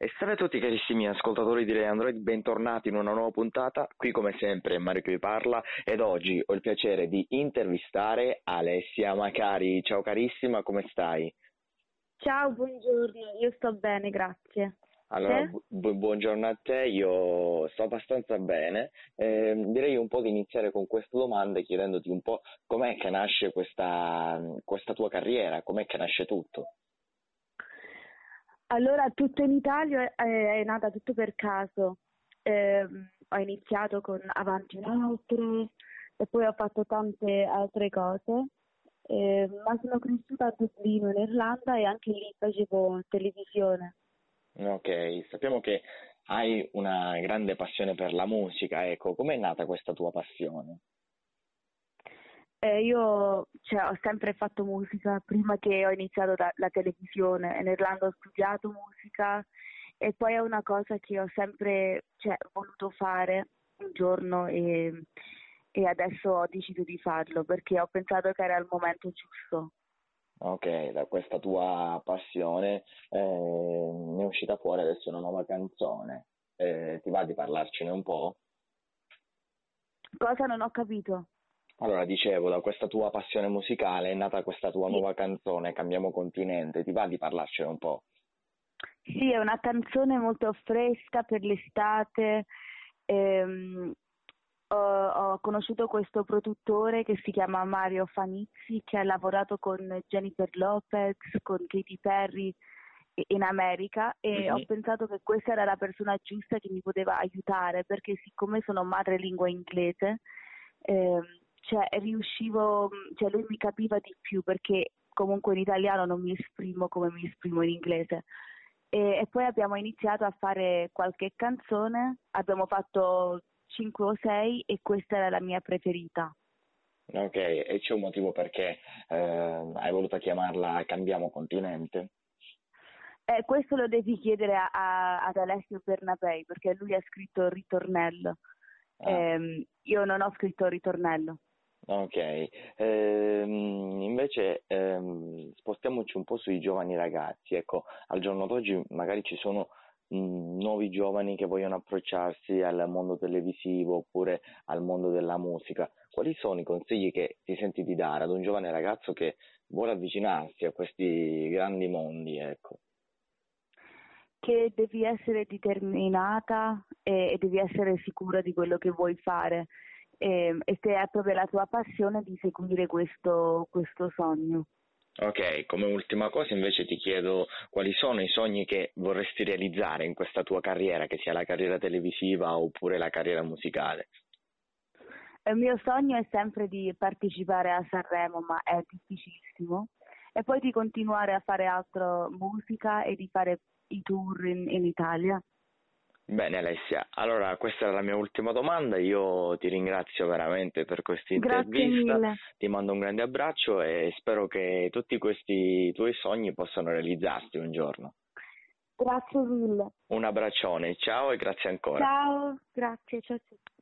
E salve a tutti carissimi ascoltatori di Lei Android, bentornati in una nuova puntata. Qui come sempre è Mario che vi parla ed oggi ho il piacere di intervistare Alessia Macari. Ciao carissima, come stai? Ciao, buongiorno, io sto bene, grazie. Allora, Te? buongiorno a te, io sto abbastanza bene. Direi un po' di iniziare con queste domande chiedendoti un po' com'è che nasce questa tua carriera, com'è che nasce tutto. Allora, tutto in Italia è nata tutto per caso. Ho iniziato con Avanti un altro e poi ho fatto tante altre cose, ma sono cresciuta a Dublino, in Irlanda, e anche lì facevo televisione. Ok, sappiamo che hai una grande passione per la musica, ecco, com'è nata questa tua passione? Io ho sempre fatto musica prima che ho iniziato la televisione. In Irlanda ho studiato musica e poi è una cosa che ho sempre voluto fare un giorno e adesso ho deciso di farlo perché ho pensato che era il momento giusto. Ok, da questa tua passione ne è uscita fuori adesso una nuova canzone. Ti va di parlarcene un po'? Cosa non ho capito? Allora, dicevo, da questa tua passione musicale è nata questa tua Sì, nuova canzone, Cambiamo continente, ti va di parlarcene un po'? sì, è una canzone molto fresca per l'estate. Ehm, ho conosciuto questo produttore che si chiama Mario Fanizzi, che ha lavorato con Jennifer Lopez, con Katy Perry in America, e ho Mhm. pensato che questa era la persona giusta che mi poteva aiutare, perché siccome sono madrelingua inglese, lui mi capiva di più perché comunque in italiano non mi esprimo come mi esprimo in inglese. E poi abbiamo iniziato a fare qualche canzone, abbiamo fatto 5 o 6 e questa era la mia preferita. Ok, e c'è un motivo perché hai voluto chiamarla Cambiamo continente? Questo lo devi chiedere ad Alessio Bernabei perché lui ha scritto il ritornello. Ah. Io non ho scritto il ritornello. Ok, invece spostiamoci un po' sui giovani ragazzi, ecco, al giorno d'oggi magari ci sono nuovi giovani che vogliono approcciarsi al mondo televisivo oppure al mondo della musica. Quali sono i consigli che ti senti di dare ad un giovane ragazzo che vuole avvicinarsi a questi grandi mondi, ecco? Che devi essere determinata e devi essere sicura di quello che vuoi fare, e se è proprio la tua passione di seguire questo sogno. Ok, come ultima cosa invece ti chiedo quali sono i sogni che vorresti realizzare in questa tua carriera, che sia la carriera televisiva oppure la carriera musicale. Il mio sogno è sempre di partecipare a Sanremo, ma è difficilissimo, e poi di continuare a fare altro musica e di fare i tour in Italia. Bene Alessia, allora questa era la mia ultima domanda, io ti ringrazio veramente per questa Grazie intervista, mille, ti mando un grande abbraccio e spero che tutti questi tuoi sogni possano realizzarsi un giorno. grazie mille. Un abbraccione, ciao e grazie ancora. Ciao, grazie, ciao ciao.